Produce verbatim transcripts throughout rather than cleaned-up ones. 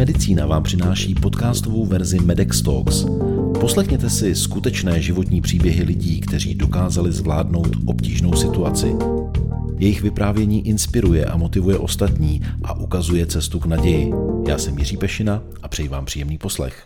Medicína vám přináší podcastovou verzi Medex Talks. Poslechněte si skutečné životní příběhy lidí, kteří dokázali zvládnout obtížnou situaci. Jejich vyprávění inspiruje a motivuje ostatní a ukazuje cestu k naději. Já jsem Jiří Pešina a přeji vám příjemný poslech.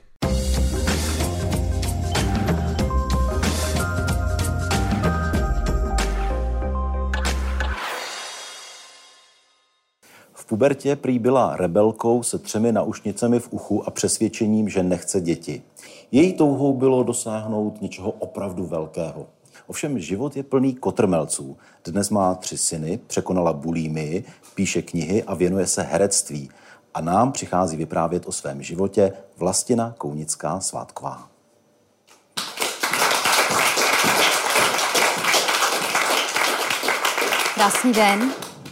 V pubertě prý byla rebelkou se třemi naušnicemi v uchu a přesvědčením, že nechce děti. Její touhou bylo dosáhnout něčeho opravdu velkého. Ovšem život je plný kotrmelců. Dnes má tři syny, překonala bulimii, píše knihy a věnuje se herectví. A nám přichází vyprávět o svém životě Vlastina Kounická-Svátková. Krásný den.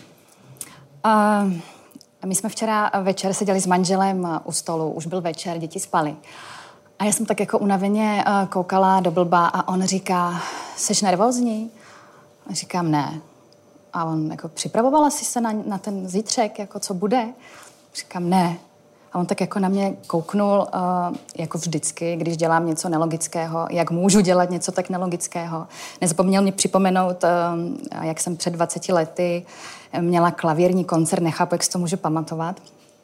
Uh, my jsme včera večer seděli s manželem u stolu, už byl večer, děti spaly. A já jsem tak jako unaveně uh, koukala do blba a on říká, seš nervózní? A říkám, ne. A on jako, připravovala jsi se na, na ten zítřek, jako co bude? Říkám, ne. A on tak jako na mě kouknul, uh, jako vždycky, když dělám něco nelogického, jak můžu dělat něco tak nelogického. Nezapomněl mi připomenout, uh, jak jsem před dvaceti lety měla klavírní koncert, nechápu, jak si to můžu pamatovat.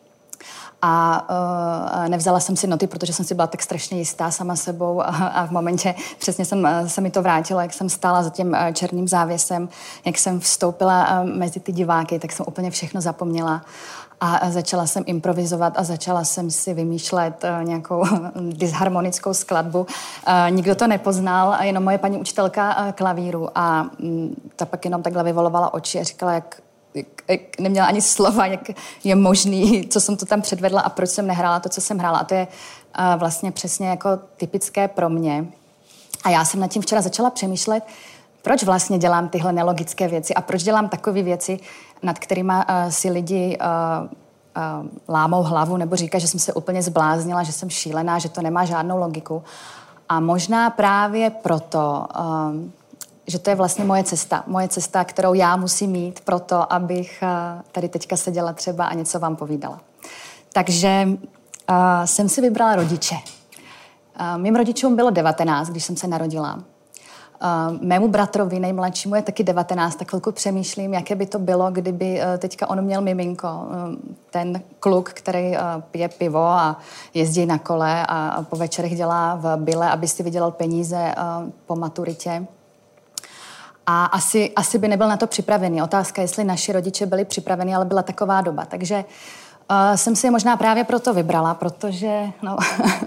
A uh, nevzala jsem si noty, protože jsem si byla tak strašně jistá sama sebou a, a v momentě přesně jsem, se mi to vrátilo, jak jsem stála za tím uh, černým závěsem, jak jsem vstoupila uh, mezi ty diváky, tak jsem úplně všechno zapomněla. A začala jsem improvizovat a začala jsem si vymýšlet uh, nějakou disharmonickou skladbu. Uh, nikdo to nepoznal, jenom moje paní učitelka uh, klavíru. A um, ta pak jenom takhle vyvolovala oči a říkala, jak, jak, jak neměla ani slova, jak je možný, co jsem to tam předvedla a proč jsem nehrála to, co jsem hrála. A to je uh, vlastně přesně jako typické pro mě. A já jsem nad tím včera začala přemýšlet, proč vlastně dělám tyhle nelogické věci a proč dělám takové věci, nad kterými uh, si lidi uh, uh, lámou hlavu nebo říkají, že jsem se úplně zbláznila, že jsem šílená, že to nemá žádnou logiku. A možná právě proto, uh, že to je vlastně moje cesta. Moje cesta, kterou já musím mít proto, abych uh, tady teďka seděla třeba a něco vám povídala. Takže uh, jsem si vybrala rodiče. Uh, mým rodičům bylo devatenáct, když jsem se narodila. Uh, mému bratrovi nejmladšímu je taky devatenáct, tak chvilku přemýšlím, jaké by to bylo, kdyby uh, teďka on měl miminko. Uh, ten kluk, který uh, pije pivo a jezdí na kole a, a po večerech dělá v byle, aby si vydělal peníze uh, po maturitě. A asi, asi by nebyl na to připravený. Otázka, jestli naši rodiče byli připraveni, ale byla taková doba. Takže uh, jsem si je možná právě proto vybrala, protože, no,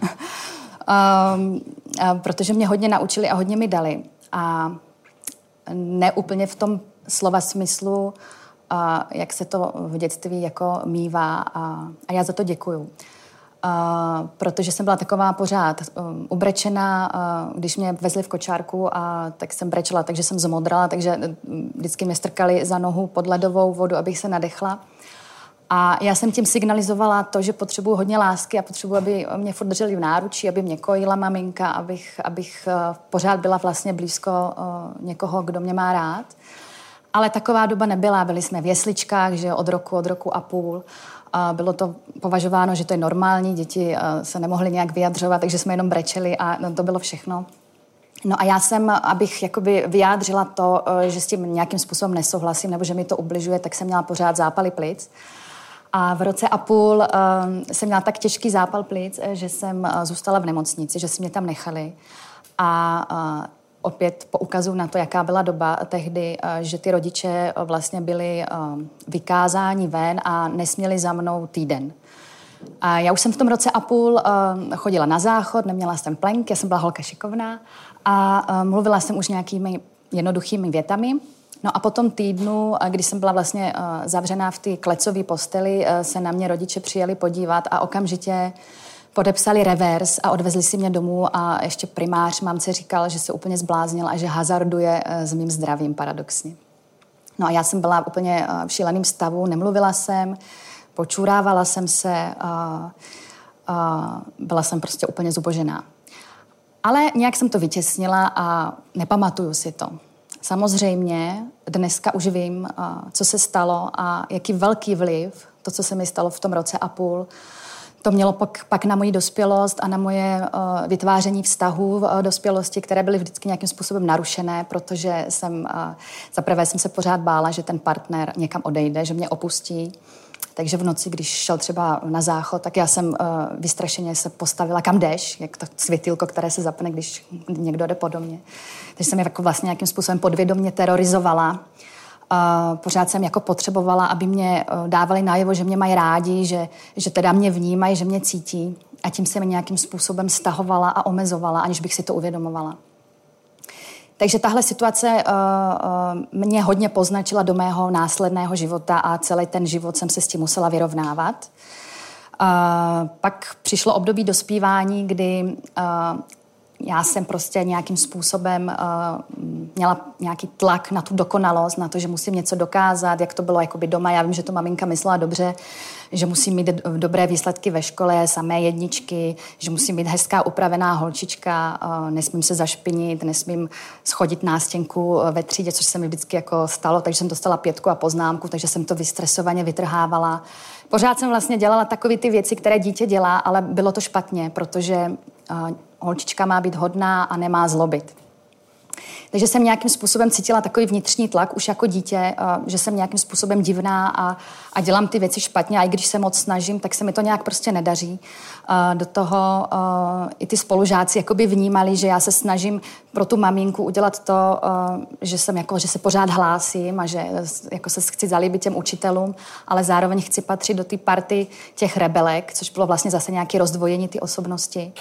um, uh, protože mě hodně naučili a hodně mi dali. A ne úplně v tom slova smyslu, a jak se to v dětství jako mívá. A, a já za to děkuju. A, protože jsem byla taková pořád um, ubrečená, a, když mě vezli v kočárku, a tak jsem brečela, takže jsem zmodrala, takže vždycky mě strkali za nohu pod ledovou vodu, abych se nadechla. A já jsem tím signalizovala to, že potřebuji hodně lásky a potřebuji, aby mě furt drželi v náručí, aby mě kojila maminka, abych, abych uh, pořád byla vlastně blízko uh, někoho, kdo mě má rád. Ale taková doba nebyla. Byli jsme v jesličkách, že od roku, od roku a půl. Uh, bylo to považováno, že to je normální, děti uh, se nemohly nějak vyjadřovat, takže jsme jenom brečeli a no, to bylo všechno. No a já jsem, abych jakoby vyjádřila to, uh, že s tím nějakým způsobem nesouhlasím nebo že mi to ubližuje, tak jsem měla pořád zápaly plic. A v roce a půl uh, jsem měla tak těžký zápal plic, že jsem uh, zůstala v nemocnici, že si mě tam nechali. A uh, opět poukazuju na to, jaká byla doba tehdy, uh, že ty rodiče uh, vlastně byli uh, vykázáni ven a nesměli za mnou týden. A já už jsem v tom roce a půl uh, chodila na záchod, neměla jsem plenky, já jsem byla holka šikovná a uh, mluvila jsem už nějakými jednoduchými větami. No a po tom týdnu, když jsem byla vlastně uh, zavřená v té klecové posteli, uh, se na mě rodiče přijeli podívat a okamžitě podepsali revers a odvezli si mě domů a ještě primář mamce říkal, že se úplně zbláznil a že hazarduje uh, s mým zdravím paradoxně. No a já jsem byla úplně uh, v šíleném stavu, nemluvila jsem, počurávala jsem se, uh, uh, byla jsem prostě úplně zubožená. Ale nějak jsem to vytěsnila a nepamatuju si to. Samozřejmě dneska už vím, co se stalo a jaký velký vliv to, co se mi stalo v tom roce a půl, to mělo pak, pak na moji dospělost a na moje uh, vytváření vztahů v uh, dospělosti, které byly vždycky nějakým způsobem narušené, protože jsem, uh, zaprvé jsem se pořád bála, že ten partner někam odejde, že mě opustí. Takže v noci, když šel třeba na záchod, tak já jsem uh, vystrašeně se postavila, kam jdeš, jak to světýlko, které se zapne, když někdo jde po domě. Takže jsem je jako vlastně nějakým způsobem podvědomě terorizovala. Uh, pořád jsem jako potřebovala, aby mě uh, dávali najevo, že mě mají rádi, že, že teda mě vnímají, že mě cítí. A tím se mi nějakým způsobem stahovala a omezovala, aniž bych si to uvědomovala. Takže tahle situace uh, uh, mě hodně poznačila do mého následného života a celý ten život jsem se s tím musela vyrovnávat. Uh, pak přišlo období dospívání, kdy uh, já jsem prostě nějakým způsobem uh, měla nějaký tlak na tu dokonalost, na to, že musím něco dokázat, jak to bylo jakoby doma. Já vím, že to maminka myslela dobře, že musím mít dobré výsledky ve škole, samé jedničky, že musím být hezká, upravená holčička, uh, nesmím se zašpinit, nesmím schodit nástěnku ve třídě, což se mi vždycky jako stalo, takže jsem dostala pětku a poznámku, takže jsem to vystresovaně vytrhávala. Pořád jsem vlastně dělala takové ty věci, které dítě dělá, ale bylo to špatně, protože uh, holčička má být hodná a nemá zlobit. Takže jsem nějakým způsobem cítila takový vnitřní tlak už jako dítě, že jsem nějakým způsobem divná a, a dělám ty věci špatně a i když se moc snažím, tak se mi to nějak prostě nedaří. Do toho i ty spolužáci jakoby vnímali, že já se snažím pro tu maminku udělat to, že jsem jako, že se pořád hlásím a že jako se chci zalíbit těm učitelům, ale zároveň chci patřit do té party těch rebelek, což bylo vlastně zase nějaké rozdvojení ty osobnosti.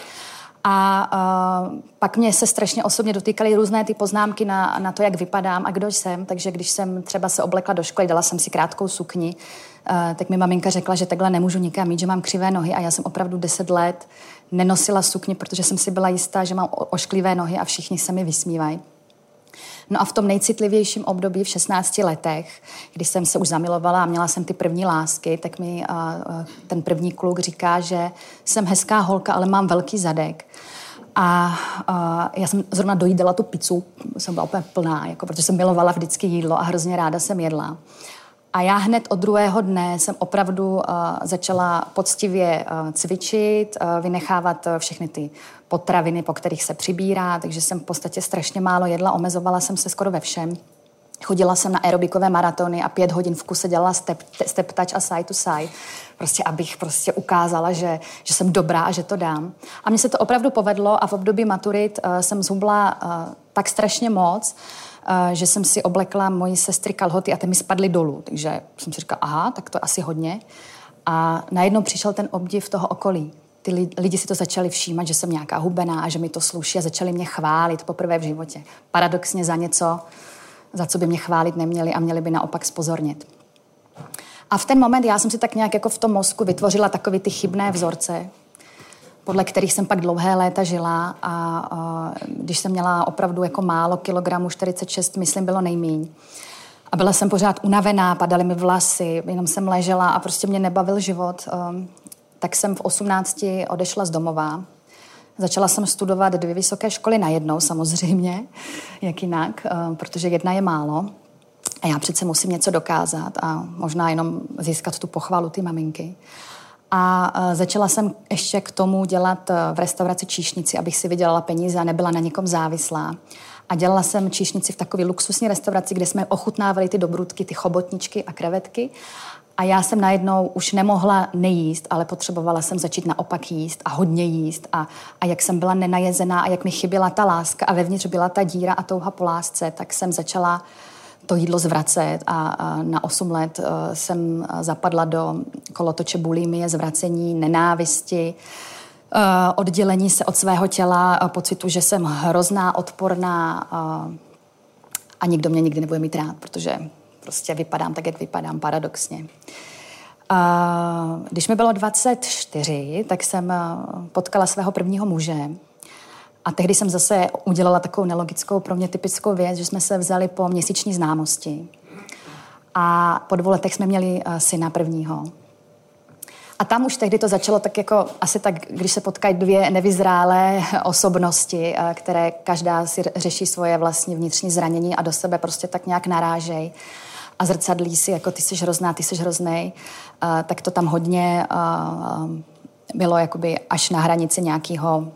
A uh, pak mě se strašně osobně dotýkaly různé ty poznámky na, na to, jak vypadám a kdo jsem. Takže když jsem třeba se oblekla do školy, dala jsem si krátkou sukni, uh, tak mi maminka řekla, že takhle nemůžu nikam mít, že mám křivé nohy a já jsem opravdu deset let nenosila sukni, protože jsem si byla jistá, že mám ošklivé nohy a všichni se mi vysmívají. No a v tom nejcitlivějším období v šestnácti letech, když jsem se už zamilovala a měla jsem ty první lásky, tak mi uh, ten první kluk říká, že jsem hezká holka, ale mám velký zadek. A uh, já jsem zrovna dojídala tu pizzu, jsem byla úplně plná, jako, protože jsem milovala vždycky jídlo a hrozně ráda jsem jedla. A já hned od druhého dne jsem opravdu uh, začala poctivě uh, cvičit, uh, vynechávat uh, všechny ty potraviny, po kterých se přibírá, takže jsem v podstatě strašně málo jedla, omezovala jsem se skoro ve všem. Chodila jsem na aerobikové maratony a pět hodin v kuse dělala step, step touch a side to side, prostě abych prostě ukázala, že, že jsem dobrá a že to dám. A mně se to opravdu povedlo a v období maturit uh, jsem zhubla uh, tak strašně moc, Uh, že jsem si oblekla mojí sestry kalhoty a ty mi spadly dolů. Takže jsem si říkala, aha, tak to je asi hodně. A najednou přišel ten obdiv toho okolí. Ty lidi si to začali všímat, že jsem nějaká hubená a že mi to sluší a začali mě chválit poprvé v životě. Paradoxně za něco, za co by mě chválit neměli a měli by naopak zpozornit. A v ten moment já jsem si tak nějak jako v tom mozku vytvořila takový ty chybné vzorce, podle kterých jsem pak dlouhé léta žila a, a když jsem měla opravdu jako málo kilogramů, čtyřicet šest, myslím, bylo nejmíň. A byla jsem pořád unavená, padaly mi vlasy, jenom jsem ležela a prostě mě nebavil život. Um, tak jsem v osmnácti odešla z domova. Začala jsem studovat dvě vysoké školy najednou, samozřejmě, jak jinak, um, protože jedna je málo. A já přece musím něco dokázat a možná jenom získat tu pochvalu ty maminky. A začala jsem ještě k tomu dělat v restauraci číšnici, abych si vydělala peníze a nebyla na někom závislá. A dělala jsem číšnici v takové luxusní restauraci, kde jsme ochutnávali ty dobrůdky, ty chobotničky a krevetky. A já jsem najednou už nemohla nejíst, ale potřebovala jsem začít naopak jíst a hodně jíst. A, a jak jsem byla nenajezená a jak mi chyběla ta láska a vevnitř byla ta díra a touha po lásce, tak jsem začala to jídlo zvracet a, a na osm let uh, jsem zapadla do kolotoče bulimie, zvracení, nenávisti, uh, oddělení se od svého těla, uh, pocitu, že jsem hrozná, odporná uh, a nikdo mě nikdy nebude mít rád, protože prostě vypadám tak, jak vypadám, paradoxně. Uh, když mi bylo dvacet čtyři, tak jsem uh, potkala svého prvního muže. A tehdy jsem zase udělala takovou nelogickou, pro mě typickou věc, že jsme se vzali po měsíční známosti. A po dvou letech jsme měli uh, syna prvního. A tam už tehdy to začalo tak jako, asi tak, když se potkají dvě nevyzrálé osobnosti, uh, které každá si řeší svoje vlastní vnitřní zranění a do sebe prostě tak nějak narážej a zrcadlí si, jako ty jsi hrozná, ty jsi hroznej, uh, tak to tam hodně uh, bylo jakoby až na hranici nějakého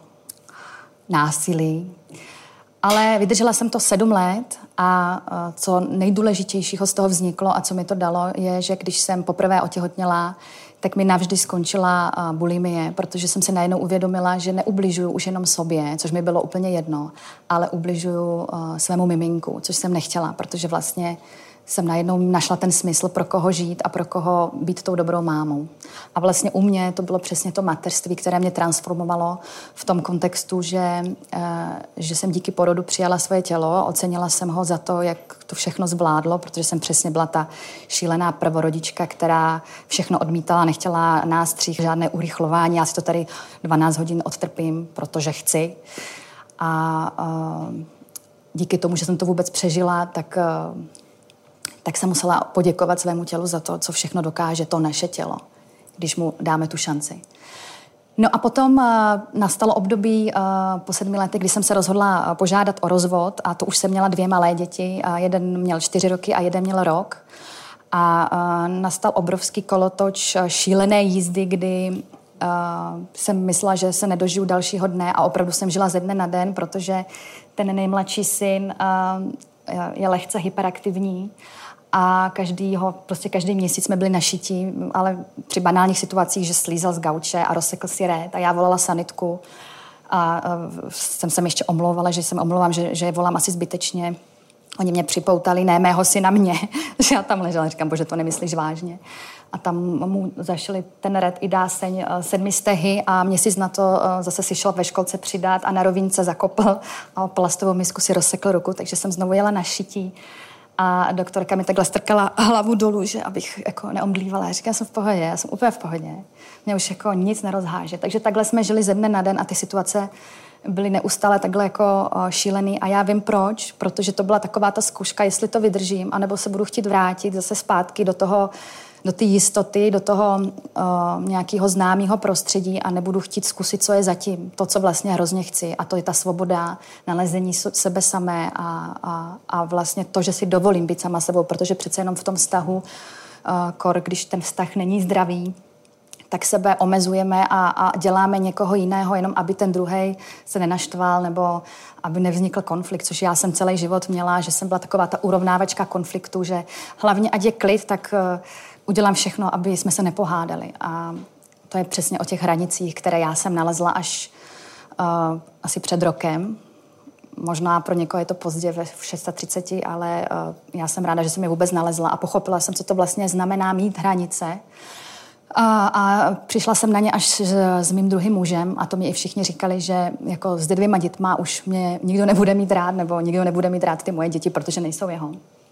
násilí. Ale vydržela jsem to sedm let a co nejdůležitějšího z toho vzniklo a co mi to dalo, je, že když jsem poprvé otěhotněla, tak mi navždy skončila bulimie, protože jsem se najednou uvědomila, že neubližuju už jenom sobě, což mi bylo úplně jedno, ale ubližuju svému miminku, což jsem nechtěla, protože vlastně jsem najednou našla ten smysl, pro koho žít a pro koho být tou dobrou mámou. A vlastně u mě to bylo přesně to mateřství, které mě transformovalo v tom kontextu, že, že jsem díky porodu přijala svoje tělo, ocenila jsem ho za to, jak to všechno zvládlo, protože jsem přesně byla ta šílená prvorodička, která všechno odmítala, nechtěla nástřih, žádné urychlování. Já si to tady dvanáct hodin odtrpím, protože chci. A, a díky tomu, že jsem to vůbec přežila, tak... tak jsem musela poděkovat svému tělu za to, co všechno dokáže to naše tělo, když mu dáme tu šanci. No a potom uh, nastalo období uh, po sedmi letech, kdy jsem se rozhodla uh, požádat o rozvod a to už jsem měla dvě malé děti. Uh, jeden měl čtyři roky a jeden měl rok. A uh, nastal obrovský kolotoč uh, šílené jízdy, kdy uh, jsem myslela, že se nedožiju dalšího dne a opravdu jsem žila ze dne na den, protože ten nejmladší syn uh, je lehce hyperaktivní. A každýho, prostě každý měsíc jsme byli našití, ale při banálních situacích, že slízal z gauče a rozsekl si rét a já volala sanitku a, a jsem se ještě omlouvala, že jsem omlouvám, že, že volám asi zbytečně. Oni mě připoutali, ne mého syna mě, že já tam ležela, říkám, bože, to nemyslíš vážně. A tam mu zašili ten red i dáseň sedmi stehy a měsíc na to zase si šel ve školce přidat a na rovince zakopl a plastovou misku si rozsekl ruku, takže jsem znovu jela na šití. A doktorka mi takhle strkala hlavu dolů, že abych jako neomdlívala. Já říkám, já jsem v pohodě, já jsem úplně v pohodě. Mě už jako nic nerozháže. Takže takhle jsme žili ze dne na den a ty situace byly neustále takhle jako šílený. A já vím proč, protože to byla taková ta zkouška, jestli to vydržím, anebo se budu chtít vrátit zase zpátky do toho, do té jistoty, do toho uh, nějakého známého prostředí a nebudu chtít zkusit, co je zatím. To, co vlastně hrozně chci. A to je ta svoboda, nalezení sebe samé a, a, a vlastně to, že si dovolím být sama sebou, protože přece jenom v tom vztahu, uh, kor, když ten vztah není zdravý, tak sebe omezujeme a, a děláme někoho jiného, jenom aby ten druhej se nenaštval nebo aby nevznikl konflikt, což já jsem celý život měla, že jsem byla taková ta urovnávačka konfliktu, že hlavně ať je klid, tak uh, udělám všechno, aby jsme se nepohádali. A to je přesně o těch hranicích, které já jsem nalezla až uh, asi před rokem. Možná pro někoho je to pozdě ve třiceti šesti, ale uh, já jsem ráda, že jsem je vůbec nalezla a pochopila jsem, co to vlastně znamená mít hranice. A, a přišla jsem na ně až s, s mým druhým mužem a to mi i všichni říkali, že jako s dvěma dětma už mě nikdo nebude mít rád nebo nikdo nebude mít rád ty moje děti, protože nejsou jeho.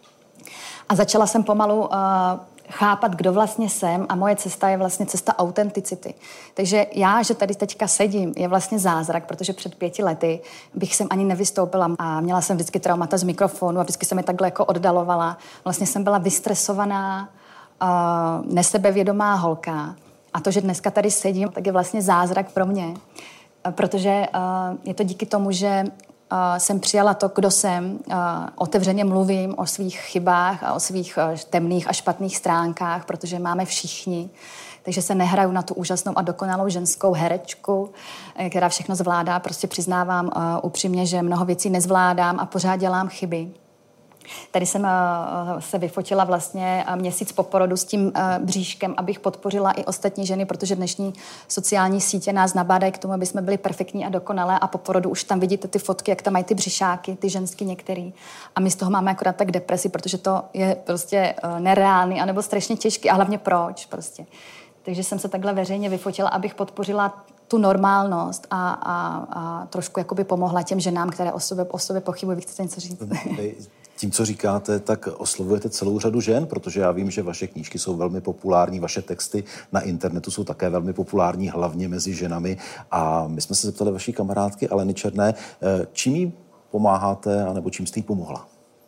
A začala jsem pomalu uh, chápat, kdo vlastně jsem a moje cesta je vlastně cesta autenticity. Takže já, že tady teďka sedím, je vlastně zázrak, protože před pěti lety bych sem ani nevystoupila a měla jsem vždycky traumata z mikrofonu a vždycky jsem je takhle jako oddalovala. Vlastně jsem byla vystresovaná, uh, nesebevědomá holka a to, že dneska tady sedím, tak je vlastně zázrak pro mě, uh, protože uh, je to díky tomu, že Uh, jsem přijala to, kdo jsem, uh, otevřeně mluvím o svých chybách a o svých uh, temných a špatných stránkách, protože máme všichni. Takže se nehraju na tu úžasnou a dokonalou ženskou herečku, která všechno zvládá. Prostě přiznávám uh, upřímně, že mnoho věcí nezvládám a pořád dělám chyby. Tady jsem uh, se vyfotila vlastně měsíc po porodu s tím uh, bříškem, abych podpořila i ostatní ženy, protože dnešní sociální sítě nás nabádají k tomu, aby jsme byli perfektní a dokonalé a po porodu už tam vidíte ty fotky, jak tam mají ty břišáky, ty ženský některý. A my z toho máme akorát tak depresi, protože to je prostě uh, nereálný anebo strašně těžký a hlavně proč prostě. Takže jsem se takhle veřejně vyfotila, abych podpořila tu normálnost a, a, a trošku jakoby pomohla těm ženám, které o sobě, o sobě pochybují. Vy chcete něco říct? Tím, co říkáte, tak oslovujete celou řadu žen, protože já vím, že vaše knížky jsou velmi populární, vaše texty na internetu jsou také velmi populární, hlavně mezi ženami. A my jsme se zeptali vaší kamarádky Aleny Černé, čím jí pomáháte, anebo čím jste jí pomohla?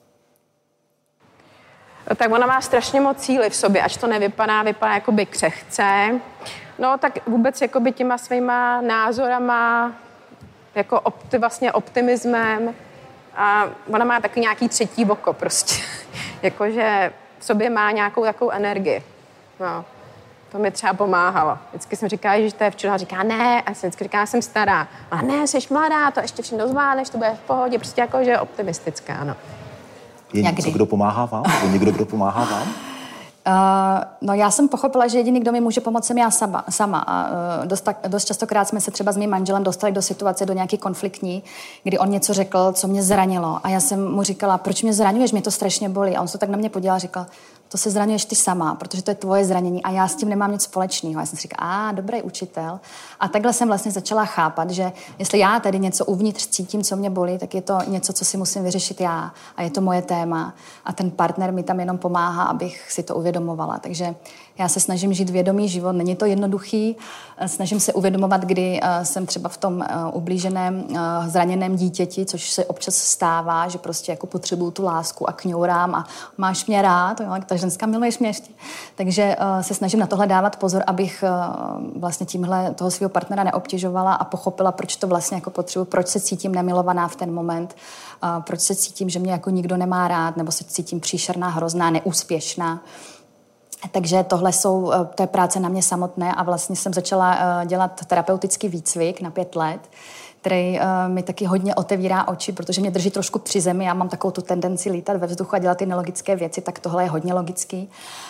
Tak ona má strašně moc síly v sobě, až to nevypadá, vypadá jakoby křehce. No tak vůbec jakoby těma svýma názorama, jako opti, vlastně optimismem. A ona má taky nějaký třetí oko prostě. Jakože v sobě má nějakou takovou energii. No. To mi třeba pomáhalo. Vždycky jsem říkala, že to je včera, říká ne, a jsem vždycky říkala, jsem stará. A ne, jsi mladá, to ještě všechno zvládneš, to bude v pohodě, prostě jako, že je optimistická, ano. Je něco, kdo pomáhá vám? Je někdo, kdo pomáhá vám? Uh, no já jsem pochopila, že jediný, kdo mi může pomoct, jsem já sama. sama. A uh, dost, dost častokrát jsme se třeba s mým manželem dostali do situace, do nějaký konfliktní, kdy on něco řekl, co mě zranilo. A já jsem mu říkala, proč mě zraňuješ, mě to strašně bolí. A on se tak na mě podíval a říkal, to se zraňuješ ty sama, protože to je tvoje zranění a já s tím nemám nic společného. Já jsem si říkala, a dobrý učitel. A takhle jsem vlastně začala chápat, že jestli já tady něco uvnitř cítím, co mě bolí, tak je to něco, co si musím vyřešit já. A je to moje téma. A ten partner mi tam jenom pomáhá, abych si to uvědomovala. Takže já se snažím žít vědomý život. Není to jednoduchý. Snažím se uvědomovat, kdy jsem třeba v tom ublíženém, zraněném dítěti, což se občas stává, že prostě jako potřebuju tu lásku a kňourám a máš mě rád, jo, ta ženská miluješ mě ještě. Takže se snažím na tohle dávat pozor, abych vlastně tímhle toho svého partnera neobtěžovala a pochopila, proč to vlastně jako potřebuji, proč se cítím nemilovaná v ten moment, proč se cítím, že mě jako nikdo nemá rád, nebo se cítím příšerná, hrozná, neúspěšná. Takže tohle jsou, to je práce na mě samotné a vlastně jsem začala dělat terapeutický výcvik na pět let, který mi taky hodně otevírá oči, protože mě drží trošku při zemi. Já mám takovou tu tendenci lítat ve vzduchu a dělat ty nelogické věci, tak tohle je hodně logický.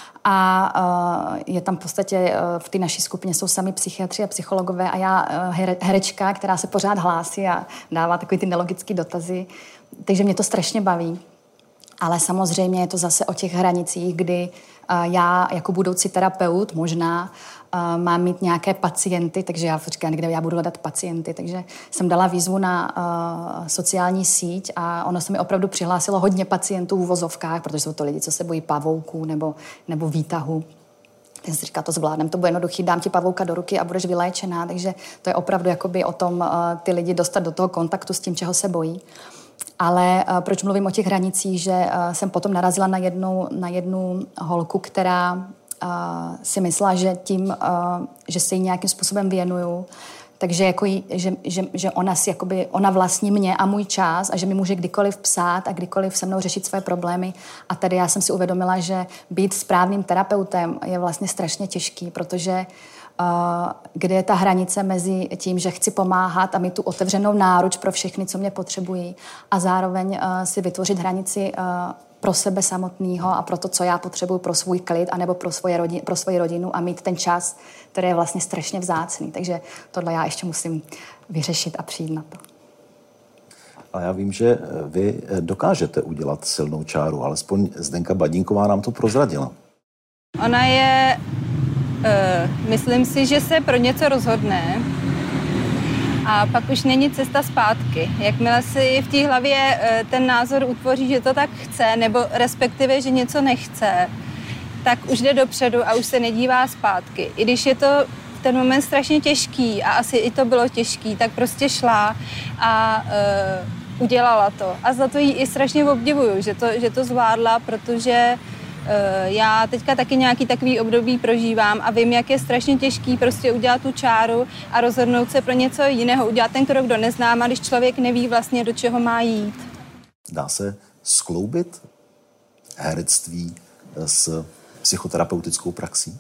A je tam v podstatě, v té naší skupině jsou sami psychiatři a psychologové a já herečka, která se pořád hlásí a dává takový ty nelogické dotazy. Takže mě to strašně baví. Ale samozřejmě je to zase o těch hranicích, kdy já jako budoucí terapeut možná mám mít nějaké pacienty, takže já říkám, kde já budu hledat pacienty. Takže jsem dala výzvu na uh, sociální síť a ono se mi opravdu přihlásilo hodně pacientů v uvozovkách, protože jsou to lidi, co se bojí pavouků nebo, nebo výtahu. Ten si říká, to zvládnem, to bude jednoduchý, dám ti pavouka do ruky a budeš vyléčená. Takže to je opravdu jakoby o tom uh, ty lidi dostat do toho kontaktu s tím, čeho se bojí. Ale uh, proč mluvím o těch hranicích, že uh, jsem potom narazila na jednu, na jednu holku, která uh, si myslela, že tím, uh, že se jí nějakým způsobem věnuju, takže jako jí, že, že, že ona si jakoby, ona vlastní mě a můj čas a že mi může kdykoliv psát a kdykoliv se mnou řešit své problémy. A tady já jsem si uvědomila, že být správným terapeutem je vlastně strašně těžký, protože Uh, kde je ta hranice mezi tím, že chci pomáhat a mít tu otevřenou náruč pro všechny, co mě potřebují a zároveň uh, si vytvořit hranici uh, pro sebe samotného a pro to, co já potřebuji pro svůj klid anebo pro, svoje rodin, pro svoji rodinu a mít ten čas, který je vlastně strašně vzácný. Takže tohle já ještě musím vyřešit a přijít na to. Ale já vím, že vy dokážete udělat silnou čáru, alespoň Zdenka Badínková nám to prozradila. Ona je... Uh, myslím si, že se pro něco rozhodne a pak už není cesta zpátky. Jakmile si v té hlavě uh, ten názor utvoří, že to tak chce, nebo respektive, že něco nechce, tak už jde dopředu a už se nedívá zpátky. I když je to v ten moment strašně těžký a asi i to bylo těžký, tak prostě šla a uh, udělala to. A za to jí i strašně obdivuju, že to, že to zvládla, protože já teďka taky nějaký takový období prožívám a vím, jak je strašně těžký prostě udělat tu čáru a rozhodnout se pro něco jiného, udělat ten krok do neznáma, když člověk neví vlastně, do čeho má jít. Dá se skloubit herectví s psychoterapeutickou praxí?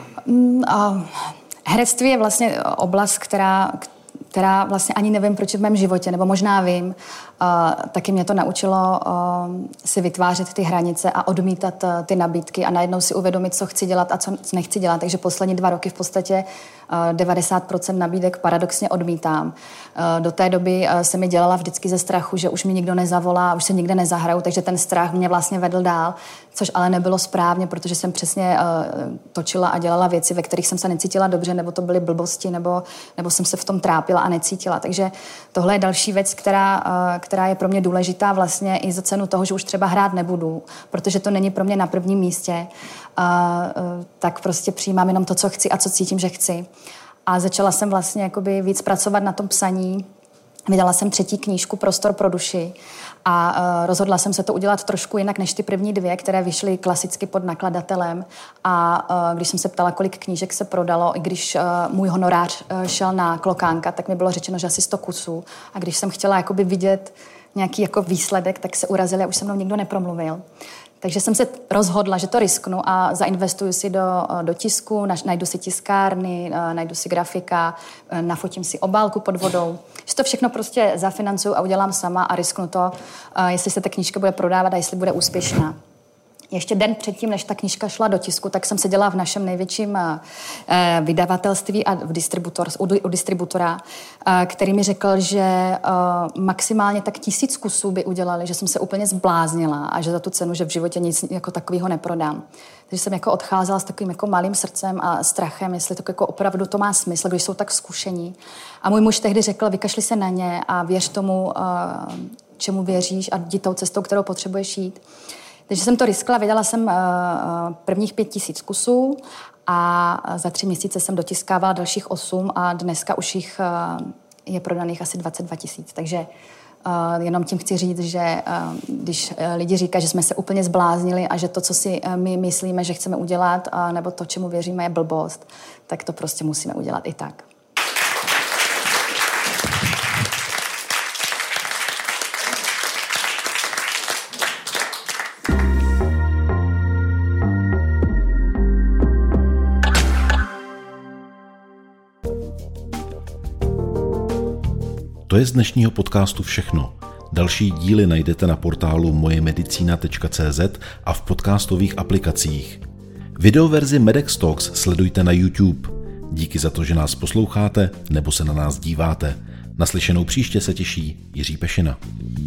A herectví je vlastně oblast, která, která vlastně ani nevím, proč je v mém životě, nebo možná vím. Uh, taky mě to naučilo uh, si vytvářet ty hranice a odmítat uh, ty nabídky a najednou si uvědomit, co chci dělat a co nechci dělat. Takže poslední dva roky v podstatě uh, devadesát procent nabídek paradoxně odmítám. Uh, do té doby uh, se mi dělala vždycky ze strachu, že už mi nikdo nezavolá, už se nikde nezahraju, takže ten strach mě vlastně vedl dál, což ale nebylo správně, protože jsem přesně uh, točila a dělala věci, ve kterých jsem se necítila dobře, nebo to byly blbosti, nebo, nebo jsem se v tom trápila a necítila. Takže tohle je další věc, která uh, která je pro mě důležitá vlastně i za cenu toho, že už třeba hrát nebudu, protože to není pro mě na prvním místě, a, tak prostě přijímám jenom to, co chci a co cítím, že chci. A začala jsem vlastně jakoby víc pracovat na tom psaní. Vydala jsem třetí knížku Prostor pro duši a uh, rozhodla jsem se to udělat trošku jinak než ty první dvě, které vyšly klasicky pod nakladatelem. A uh, když jsem se ptala, kolik knížek se prodalo, i když uh, můj honorář uh, šel na Klokánka, tak mi bylo řečeno, že asi sto kusů. A když jsem chtěla jakoby vidět nějaký jako výsledek, tak se urazili a už se mnou nikdo nepromluvil. Takže jsem se rozhodla, že to risknu a zainvestuju si do, do tisku, najdu si tiskárny, najdu si grafika, nafotím si obálku pod vodou. Že to všechno prostě zafinancuju a udělám sama a risknu to, jestli se ta knížka bude prodávat a jestli bude úspěšná. Ještě den předtím, než ta knížka šla do tisku, tak jsem seděla v našem největším vydavatelství a v distributor, u distributora, který mi řekl, že maximálně tak tisíc kusů by udělali, že jsem se úplně zbláznila a že za tu cenu, že v životě nic jako takového neprodám. Takže jsem jako odcházela s takovým jako malým srdcem a strachem, jestli to jako opravdu to má smysl, když jsou tak zkušení. A můj muž tehdy řekl, vykašli se na ně a věř tomu, čemu věříš a jdi tou cestou, kterou potřebuješ jít. Takže jsem to riskla, vydala jsem uh, prvních pět tisíc kusů a za tři měsíce jsem dotiskávala dalších osm a dneska už jich uh, je prodaných asi dvacet dva tisíc. Takže uh, jenom tím chci říct, že uh, když uh, lidi říkají, že jsme se úplně zbláznili a že to, co si uh, my myslíme, že chceme udělat, uh, nebo to, čemu věříme, je blbost, tak to prostě musíme udělat i tak. To je z dnešního podcastu všechno. Další díly najdete na portálu mojemedicina tečka cé zet a v podcastových aplikacích. Videoverzi Medex Talks sledujte na YouTube. Díky za to, že nás posloucháte nebo se na nás díváte. Naslyšenou příště se těší Jiří Pešina.